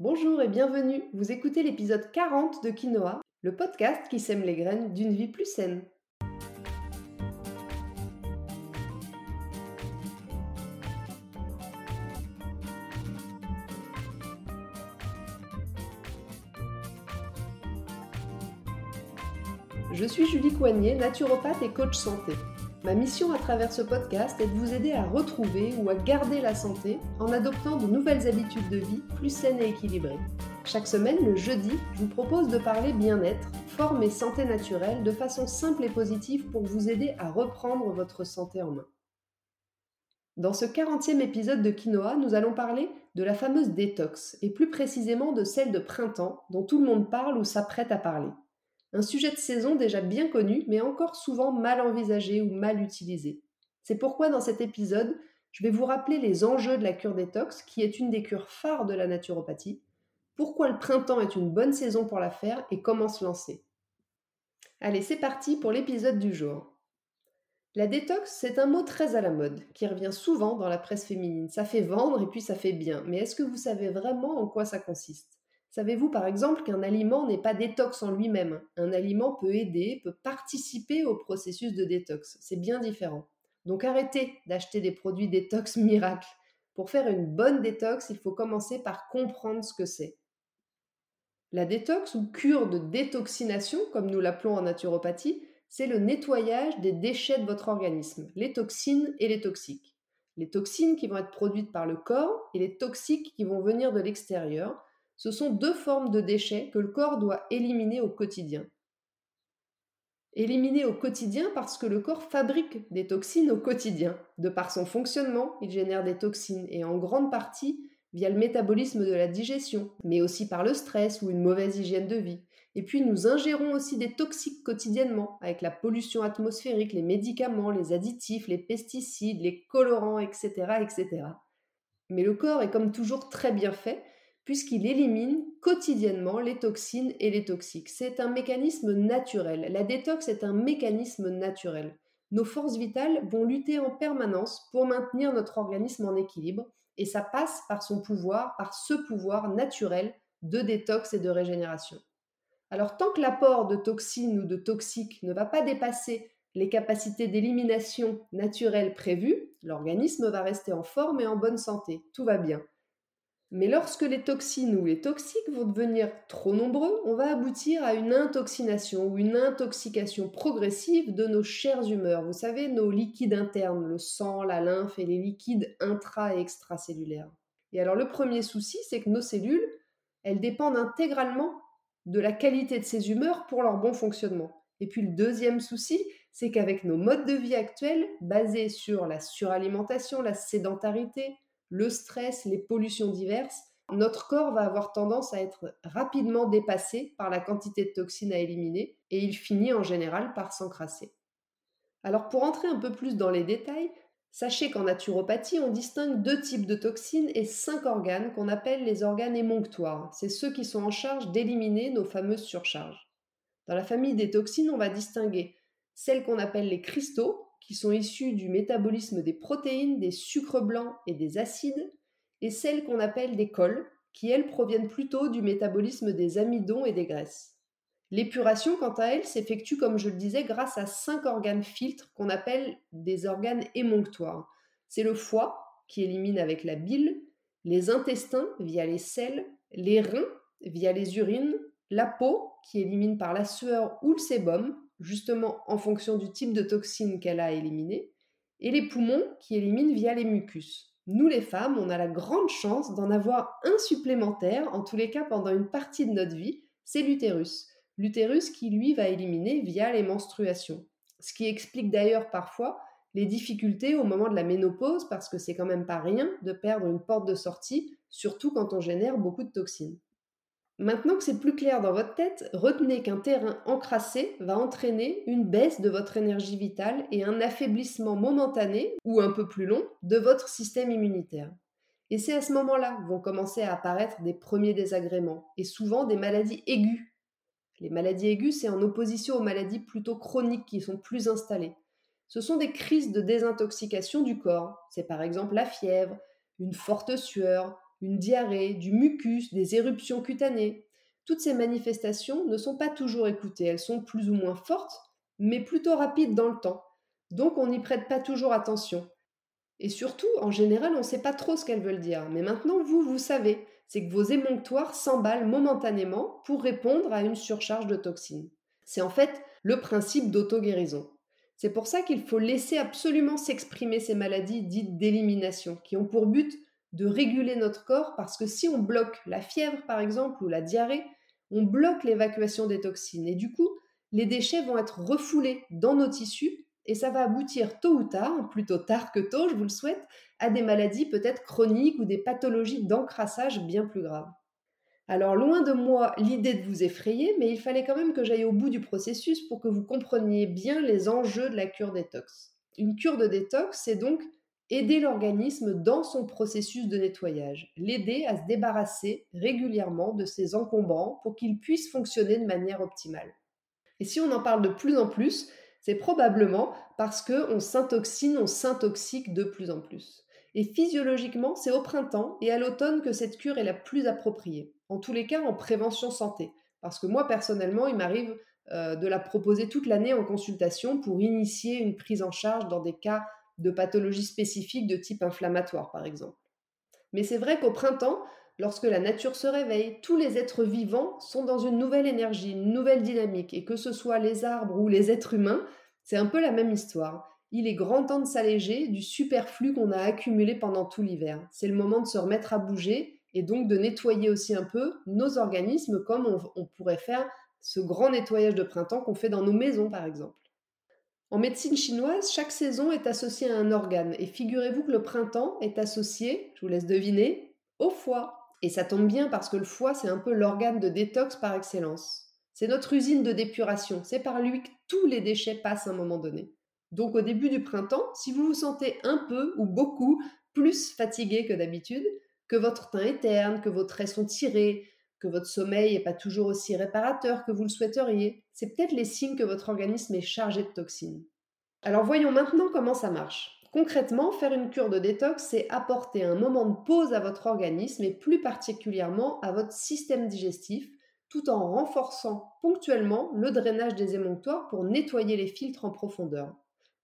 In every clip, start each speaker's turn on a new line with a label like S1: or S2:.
S1: Bonjour et bienvenue, vous écoutez l'épisode 40 de Quinoa, le podcast qui sème les graines d'une vie plus saine. Je suis Julie Coignet, naturopathe et coach santé. Ma mission à travers ce podcast est de vous aider à retrouver ou à garder la santé en adoptant de nouvelles habitudes de vie plus saines et équilibrées. Chaque semaine, le jeudi, je vous propose de parler bien-être, forme et santé naturelle de façon simple et positive pour vous aider à reprendre votre santé en main. Dans ce 40e épisode de Quinoa, nous allons parler de la fameuse détox, et plus précisément de celle de printemps dont tout le monde parle ou s'apprête à parler. Un sujet de saison déjà bien connu, mais encore souvent mal envisagé ou mal utilisé. C'est pourquoi dans cet épisode, je vais vous rappeler les enjeux de la cure détox, qui est une des cures phares de la naturopathie, pourquoi le printemps est une bonne saison pour la faire et comment se lancer. Allez, c'est parti pour l'épisode du jour. La détox, c'est un mot très à la mode, qui revient souvent dans la presse féminine. Ça fait vendre et puis ça fait bien. Mais est-ce que vous savez vraiment en quoi ça consiste ? Savez-vous par exemple qu'un aliment n'est pas détox en lui-même ? Un aliment peut aider, peut participer au processus de détox. C'est bien différent. Donc arrêtez d'acheter des produits détox miracles. Pour faire une bonne détox, il faut commencer par comprendre ce que c'est. La détox ou cure de détoxination, comme nous l'appelons en naturopathie, c'est le nettoyage des déchets de votre organisme, les toxines et les toxiques. Les toxines qui vont être produites par le corps et les toxiques qui vont venir de l'extérieur, ce sont deux formes de déchets que le corps doit éliminer au quotidien. Éliminer au quotidien parce que le corps fabrique des toxines au quotidien. De par son fonctionnement, il génère des toxines et en grande partie via le métabolisme de la digestion, mais aussi par le stress ou une mauvaise hygiène de vie. Et puis nous ingérons aussi des toxiques quotidiennement avec la pollution atmosphérique, les médicaments, les additifs, les pesticides, les colorants, etc., etc. Mais le corps est comme toujours très bien fait puisqu'il élimine quotidiennement les toxines et les toxiques. C'est un mécanisme naturel. La détox est un mécanisme naturel. Nos forces vitales vont lutter en permanence pour maintenir notre organisme en équilibre et ça passe par son pouvoir, par ce pouvoir naturel de détox et de régénération. Alors tant que l'apport de toxines ou de toxiques ne va pas dépasser les capacités d'élimination naturelles prévues, l'organisme va rester en forme et en bonne santé. Tout va bien. Mais lorsque les toxines ou les toxiques vont devenir trop nombreux, on va aboutir à une intoxination ou une intoxication progressive de nos chères humeurs. Vous savez, nos liquides internes, le sang, la lymphe et les liquides intra- et extracellulaires. Et alors le premier souci, c'est que nos cellules, elles dépendent intégralement de la qualité de ces humeurs pour leur bon fonctionnement. Et puis le deuxième souci, c'est qu'avec nos modes de vie actuels, basés sur la suralimentation, la sédentarité, le stress, les pollutions diverses, notre corps va avoir tendance à être rapidement dépassé par la quantité de toxines à éliminer et il finit en général par s'encrasser. Alors pour entrer un peu plus dans les détails, sachez qu'en naturopathie, on distingue deux types de toxines et 5 organes qu'on appelle les organes émonctoires. C'est ceux qui sont en charge d'éliminer nos fameuses surcharges. Dans la famille des toxines, on va distinguer celles qu'on appelle les cristaux, qui sont issus du métabolisme des protéines, des sucres blancs et des acides, et celles qu'on appelle des cols, qui elles proviennent plutôt du métabolisme des amidons et des graisses. L'épuration, quant à elle, s'effectue, comme je le disais, grâce à 5 organes filtres qu'on appelle des organes émonctoires. C'est le foie, qui élimine avec la bile, les intestins via les selles, les reins via les urines, la peau, qui élimine par la sueur ou le sébum, justement en fonction du type de toxine qu'elle a éliminé, et les poumons, qui éliminent via les mucus. Nous les femmes, on a la grande chance d'en avoir un supplémentaire, en tous les cas pendant une partie de notre vie, c'est l'utérus. L'utérus qui, lui, va éliminer via les menstruations. Ce qui explique d'ailleurs parfois les difficultés au moment de la ménopause, parce que c'est quand même pas rien de perdre une porte de sortie, surtout quand on génère beaucoup de toxines. Maintenant que c'est plus clair dans votre tête, retenez qu'un terrain encrassé va entraîner une baisse de votre énergie vitale et un affaiblissement momentané, ou un peu plus long, de votre système immunitaire. Et c'est à ce moment-là que vont commencer à apparaître des premiers désagréments, et souvent des maladies aiguës. Les maladies aiguës, c'est en opposition aux maladies plutôt chroniques qui sont plus installées. Ce sont des crises de désintoxication du corps. C'est par exemple la fièvre, une forte sueur, une diarrhée, du mucus, des éruptions cutanées. Toutes ces manifestations ne sont pas toujours écoutées, elles sont plus ou moins fortes, mais plutôt rapides dans le temps. Donc on n'y prête pas toujours attention. Et surtout, en général, on ne sait pas trop ce qu'elles veulent dire. Mais maintenant, vous savez. C'est que vos émonctoires s'emballent momentanément pour répondre à une surcharge de toxines. C'est en fait le principe d'auto-guérison. C'est pour ça qu'il faut laisser absolument s'exprimer ces maladies dites d'élimination, qui ont pour but de réguler notre corps, parce que si on bloque la fièvre, par exemple, ou la diarrhée, on bloque l'évacuation des toxines. Et du coup, les déchets vont être refoulés dans nos tissus et ça va aboutir tôt ou tard, plutôt tard que tôt, je vous le souhaite, à des maladies peut-être chroniques ou des pathologies d'encrassage bien plus graves. Alors loin de moi l'idée de vous effrayer, mais il fallait quand même que j'aille au bout du processus pour que vous compreniez bien les enjeux de la cure détox. Une cure de détox, c'est donc aider l'organisme dans son processus de nettoyage, l'aider à se débarrasser régulièrement de ses encombrants pour qu'il puisse fonctionner de manière optimale. Et si on en parle de plus en plus, c'est probablement parce qu'on s'intoxine, on s'intoxique de plus en plus. Et physiologiquement, c'est au printemps et à l'automne que cette cure est la plus appropriée. En tous les cas, en prévention santé. Parce que moi, personnellement, il m'arrive de la proposer toute l'année en consultation pour initier une prise en charge dans des cas de pathologies spécifiques de type inflammatoire, par exemple. Mais c'est vrai qu'au printemps, lorsque la nature se réveille, tous les êtres vivants sont dans une nouvelle énergie, une nouvelle dynamique. Et que ce soit les arbres ou les êtres humains, c'est un peu la même histoire. Il est grand temps de s'alléger du superflu qu'on a accumulé pendant tout l'hiver. C'est le moment de se remettre à bouger et donc de nettoyer aussi un peu nos organismes comme on pourrait faire ce grand nettoyage de printemps qu'on fait dans nos maisons par exemple. En médecine chinoise, chaque saison est associée à un organe. Et figurez-vous que le printemps est associé, je vous laisse deviner, au foie. Et ça tombe bien parce que le foie, c'est un peu l'organe de détox par excellence. C'est notre usine de d'épuration. C'est par lui que tous les déchets passent à un moment donné. Donc au début du printemps, si vous vous sentez un peu ou beaucoup plus fatigué que d'habitude, que votre teint est terne, que vos traits sont tirés, que votre sommeil n'est pas toujours aussi réparateur que vous le souhaiteriez, c'est peut-être les signes que votre organisme est chargé de toxines. Alors voyons maintenant comment ça marche. Concrètement, faire une cure de détox, c'est apporter un moment de pause à votre organisme et plus particulièrement à votre système digestif, tout en renforçant ponctuellement le drainage des émonctoires pour nettoyer les filtres en profondeur.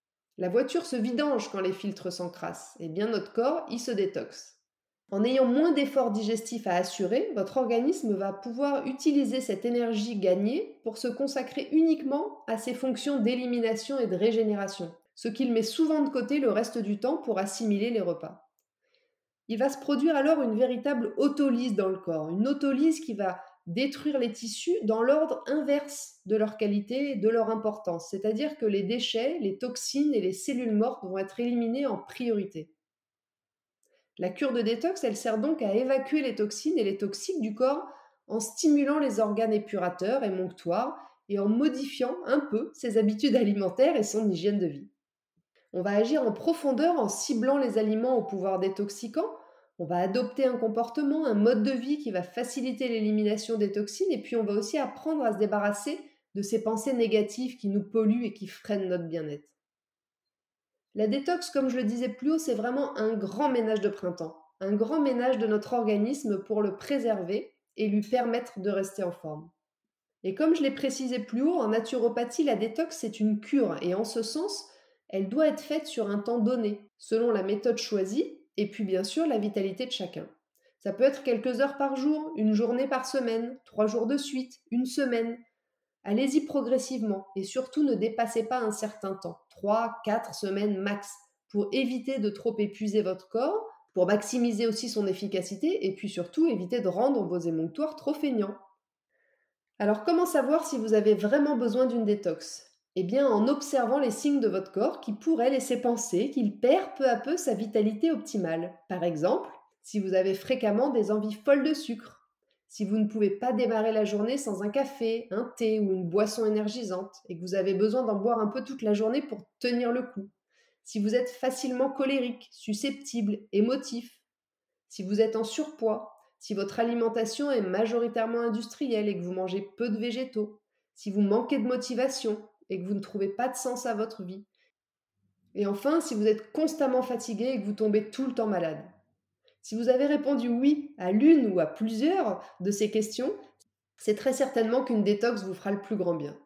S1: La voiture se vidange quand les filtres s'encrassent, et bien notre corps y se détoxe. En ayant moins d'efforts digestifs à assurer, votre organisme va pouvoir utiliser cette énergie gagnée pour se consacrer uniquement à ses fonctions d'élimination et de régénération, ce qu'il met souvent de côté le reste du temps pour assimiler les repas. Il va se produire alors une véritable autolyse dans le corps, une autolyse qui va détruire les tissus dans l'ordre inverse de leur qualité et de leur importance, c'est-à-dire que les déchets, les toxines et les cellules mortes vont être éliminés en priorité. La cure de détox, elle sert donc à évacuer les toxines et les toxiques du corps en stimulant les organes épurateurs et monctoires et en modifiant un peu ses habitudes alimentaires et son hygiène de vie. On va agir en profondeur en ciblant les aliments au pouvoir détoxicant. On va adopter un comportement, un mode de vie qui va faciliter l'élimination des toxines et puis on va aussi apprendre à se débarrasser de ces pensées négatives qui nous polluent et qui freinent notre bien-être. La détox, comme je le disais plus haut, c'est vraiment un grand ménage de printemps, un grand ménage de notre organisme pour le préserver et lui permettre de rester en forme. Et comme je l'ai précisé plus haut, en naturopathie, la détox, c'est une cure et en ce sens, elle doit être faite sur un temps donné, selon la méthode choisie et puis bien sûr la vitalité de chacun. Ça peut être quelques heures par jour, une journée par semaine, 3 jours de suite, une semaine. Allez-y progressivement et surtout ne dépassez pas un certain temps, 3, 4 semaines max, pour éviter de trop épuiser votre corps, pour maximiser aussi son efficacité et puis surtout éviter de rendre vos émonctoires trop feignants. Alors comment savoir si vous avez vraiment besoin d'une détox? Eh bien en observant les signes de votre corps qui pourraient laisser penser qu'il perd peu à peu sa vitalité optimale. Par exemple, si vous avez fréquemment des envies folles de sucre, si vous ne pouvez pas démarrer la journée sans un café, un thé ou une boisson énergisante et que vous avez besoin d'en boire un peu toute la journée pour tenir le coup, si vous êtes facilement colérique, susceptible, émotif, si vous êtes en surpoids, si votre alimentation est majoritairement industrielle et que vous mangez peu de végétaux, si vous manquez de motivation et que vous ne trouvez pas de sens à votre vie, et enfin si vous êtes constamment fatigué et que vous tombez tout le temps malade. Si vous avez répondu oui à l'une ou à plusieurs de ces questions, c'est très certainement qu'une détox vous fera le plus grand bien.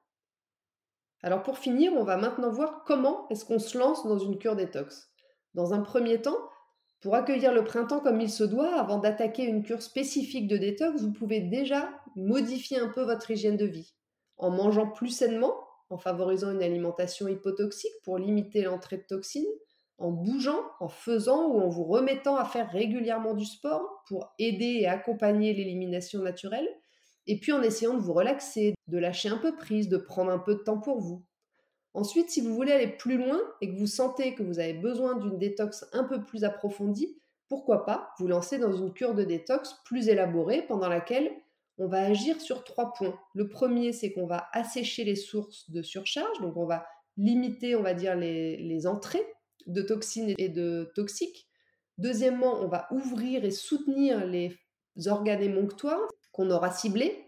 S1: Alors pour finir, on va maintenant voir comment est-ce qu'on se lance dans une cure détox. Dans un premier temps, pour accueillir le printemps comme il se doit, avant d'attaquer une cure spécifique de détox, vous pouvez déjà modifier un peu votre hygiène de vie. En mangeant plus sainement, en favorisant une alimentation hypotoxique pour limiter l'entrée de toxines, en bougeant, en faisant ou en vous remettant à faire régulièrement du sport pour aider et accompagner l'élimination naturelle, et puis en essayant de vous relaxer, de lâcher un peu prise, de prendre un peu de temps pour vous. Ensuite, si vous voulez aller plus loin et que vous sentez que vous avez besoin d'une détox un peu plus approfondie, pourquoi pas vous lancer dans une cure de détox plus élaborée pendant laquelle on va agir sur 3 points. Le premier, c'est qu'on va assécher les sources de surcharge, donc on va limiter, on va dire, les entrées de toxines et de toxiques. Deuxièmement, on va ouvrir et soutenir les organes émonctoires qu'on aura ciblés.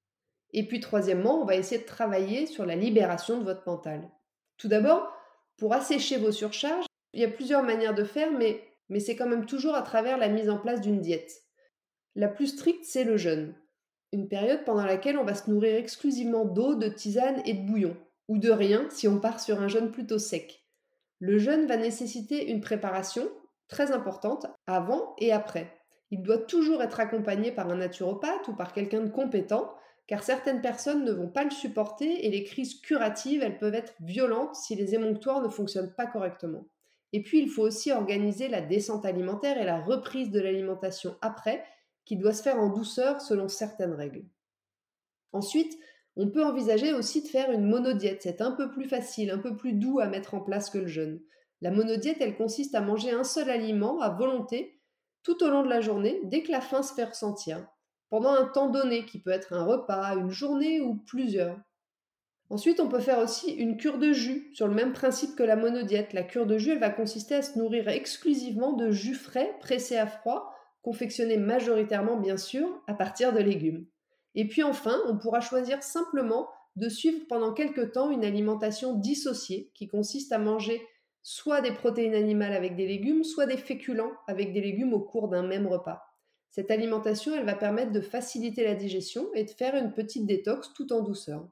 S1: Et puis troisièmement, on va essayer de travailler sur la libération de votre mental. Tout d'abord, pour assécher vos surcharges, il y a plusieurs manières de faire, mais c'est quand même toujours à travers la mise en place d'une diète. La plus stricte, c'est le jeûne. Une période pendant laquelle on va se nourrir exclusivement d'eau, de tisane et de bouillon, ou de rien si on part sur un jeûne plutôt sec. Le jeûne va nécessiter une préparation très importante avant et après. Il doit toujours être accompagné par un naturopathe ou par quelqu'un de compétent, car certaines personnes ne vont pas le supporter et les crises curatives, elles peuvent être violentes si les émonctoires ne fonctionnent pas correctement. Et puis, il faut aussi organiser la descente alimentaire et la reprise de l'alimentation après, qui doit se faire en douceur selon certaines règles. Ensuite, on peut envisager aussi de faire une monodiète. C'est un peu plus facile, un peu plus doux à mettre en place que le jeûne. La monodiète, elle consiste à manger un seul aliment à volonté tout au long de la journée, dès que la faim se fait ressentir, pendant un temps donné qui peut être un repas, une journée ou plusieurs. Ensuite, on peut faire aussi une cure de jus, sur le même principe que la monodiète. La cure de jus, elle va consister à se nourrir exclusivement de jus frais, pressés à froid, confectionnés majoritairement, bien sûr, à partir de légumes. Et puis enfin, on pourra choisir simplement de suivre pendant quelques temps une alimentation dissociée, qui consiste à manger soit des protéines animales avec des légumes, soit des féculents avec des légumes au cours d'un même repas. Cette alimentation, elle va permettre de faciliter la digestion et de faire une petite détox tout en douceur.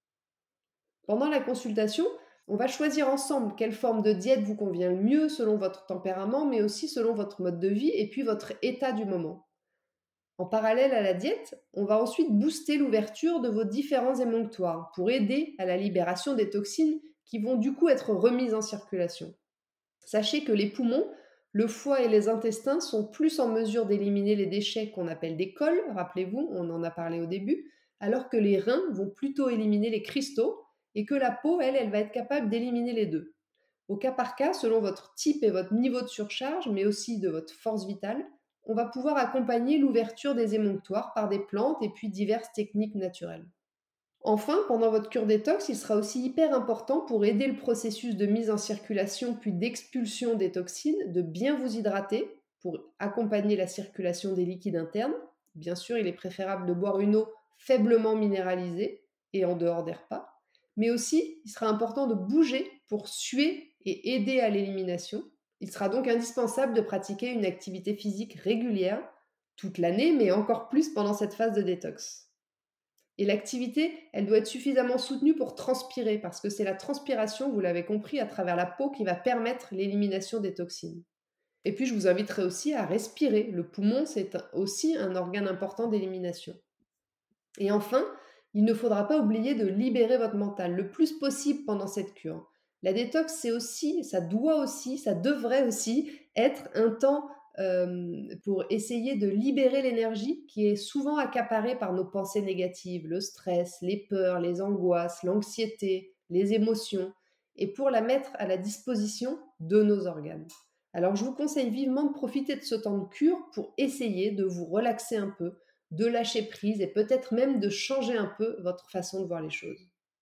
S1: Pendant la consultation, on va choisir ensemble quelle forme de diète vous convient le mieux selon votre tempérament, mais aussi selon votre mode de vie et puis votre état du moment. En parallèle à la diète, on va ensuite booster l'ouverture de vos différents émonctoires pour aider à la libération des toxines qui vont du coup être remises en circulation. Sachez que les poumons, le foie et les intestins sont plus en mesure d'éliminer les déchets qu'on appelle des cols, rappelez-vous, on en a parlé au début, alors que les reins vont plutôt éliminer les cristaux et que la peau, elle va être capable d'éliminer les deux. Au cas par cas, selon votre type et votre niveau de surcharge, mais aussi de votre force vitale, on va pouvoir accompagner l'ouverture des émonctoires par des plantes et puis diverses techniques naturelles. Enfin, pendant votre cure détox, il sera aussi hyper important pour aider le processus de mise en circulation puis d'expulsion des toxines, de bien vous hydrater pour accompagner la circulation des liquides internes. Bien sûr, il est préférable de boire une eau faiblement minéralisée et en dehors des repas. Mais aussi, il sera important de bouger pour suer et aider à l'élimination. Il sera donc indispensable de pratiquer une activité physique régulière toute l'année, mais encore plus pendant cette phase de détox. Et l'activité, elle doit être suffisamment soutenue pour transpirer, parce que c'est la transpiration, vous l'avez compris, à travers la peau qui va permettre l'élimination des toxines. Et puis, je vous inviterai aussi à respirer. Le poumon, c'est aussi un organe important d'élimination. Et enfin, il ne faudra pas oublier de libérer votre mental le plus possible pendant cette cure. La détox, c'est aussi, ça doit aussi, ça devrait aussi être un temps pour essayer de libérer l'énergie qui est souvent accaparée par nos pensées négatives, le stress, les peurs, les angoisses, l'anxiété, les émotions, et pour la mettre à la disposition de nos organes. Alors je vous conseille vivement de profiter de ce temps de cure pour essayer de vous relaxer un peu, de lâcher prise et peut-être même de changer un peu votre façon de voir les choses.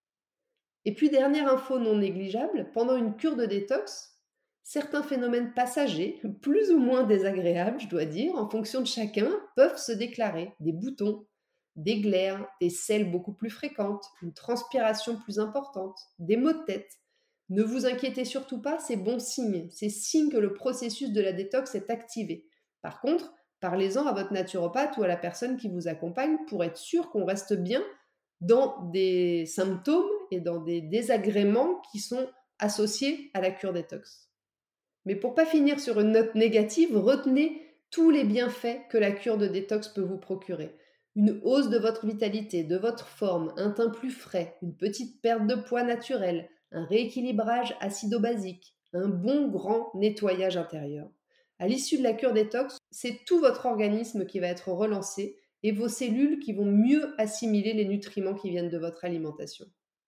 S1: Et puis, dernière info non négligeable, pendant une cure de détox, certains phénomènes passagers, plus ou moins désagréables, je dois dire, en fonction de chacun, peuvent se déclarer. Des boutons, des glaires, des selles beaucoup plus fréquentes, une transpiration plus importante, des maux de tête. Ne vous inquiétez surtout pas, c'est bon signe. C'est signe que le processus de la détox est activé. Par contre, parlez-en à votre naturopathe ou à la personne qui vous accompagne pour être sûr qu'on reste bien dans des symptômes et dans des désagréments qui sont associés à la cure détox. Mais pour pas finir sur une note négative, retenez tous les bienfaits que la cure de détox peut vous procurer. Une hausse de votre vitalité, de votre forme, un teint plus frais, une petite perte de poids naturelle, un rééquilibrage acido-basique, un bon grand nettoyage intérieur. À l'issue de la cure détox, c'est tout votre organisme qui va être relancé et vos cellules qui vont mieux assimiler les nutriments qui viennent de votre alimentation.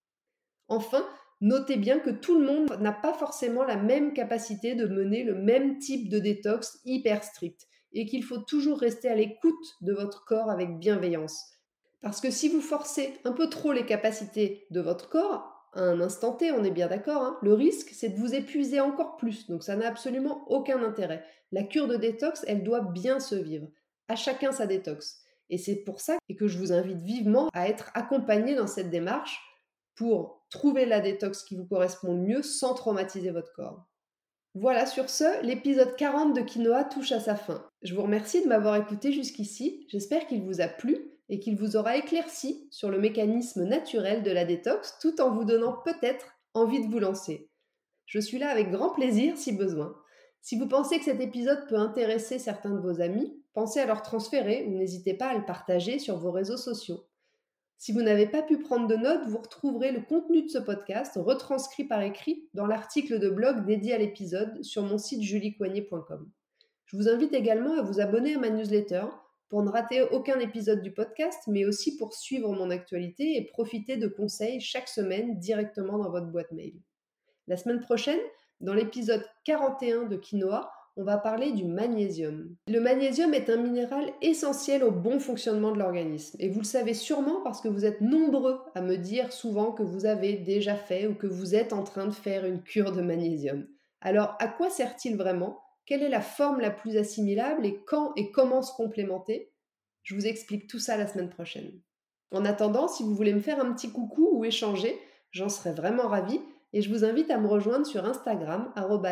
S1: Enfin, notez bien que tout le monde n'a pas forcément la même capacité de mener le même type de détox hyper strict et qu'il faut toujours rester à l'écoute de votre corps avec bienveillance. Parce que si vous forcez un peu trop les capacités de votre corps, à un instant T, on est bien d'accord, hein, le risque c'est de vous épuiser encore plus, donc ça n'a absolument aucun intérêt. La cure de détox, elle doit bien se vivre. À chacun sa détox. Et c'est pour ça que je vous invite vivement à être accompagné dans cette démarche pour trouver la détox qui vous correspond le mieux sans traumatiser votre corps. Voilà, sur ce, l'épisode 40 de Quinoa touche à sa fin. Je vous remercie de m'avoir écouté jusqu'ici, j'espère qu'il vous a plu et qu'il vous aura éclairci sur le mécanisme naturel de la détox tout en vous donnant peut-être envie de vous lancer. Je suis là avec grand plaisir si besoin. Si vous pensez que cet épisode peut intéresser certains de vos amis, pensez à leur transférer ou n'hésitez pas à le partager sur vos réseaux sociaux. Si vous n'avez pas pu prendre de notes, vous retrouverez le contenu de ce podcast retranscrit par écrit dans l'article de blog dédié à l'épisode sur mon site juliecoignet.com. Je vous invite également à vous abonner à ma newsletter pour ne rater aucun épisode du podcast, mais aussi pour suivre mon actualité et profiter de conseils chaque semaine directement dans votre boîte mail. La semaine prochaine, dans l'épisode 41 de Quinoa, on va parler du magnésium. Le magnésium est un minéral essentiel au bon fonctionnement de l'organisme. Et vous le savez sûrement parce que vous êtes nombreux à me dire souvent que vous avez déjà fait ou que vous êtes en train de faire une cure de magnésium. Alors, à quoi sert-il vraiment ? Quelle est la forme la plus assimilable et quand et comment se complémenter ? Je vous explique tout ça la semaine prochaine. En attendant, si vous voulez me faire un petit coucou ou échanger, j'en serais vraiment ravie. Et je vous invite à me rejoindre sur Instagram,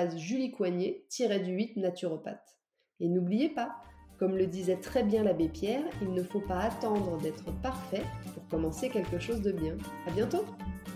S1: @juliecoignet-8 naturopathe. Et n'oubliez pas, comme le disait très bien l'abbé Pierre, il ne faut pas attendre d'être parfait pour commencer quelque chose de bien. À bientôt!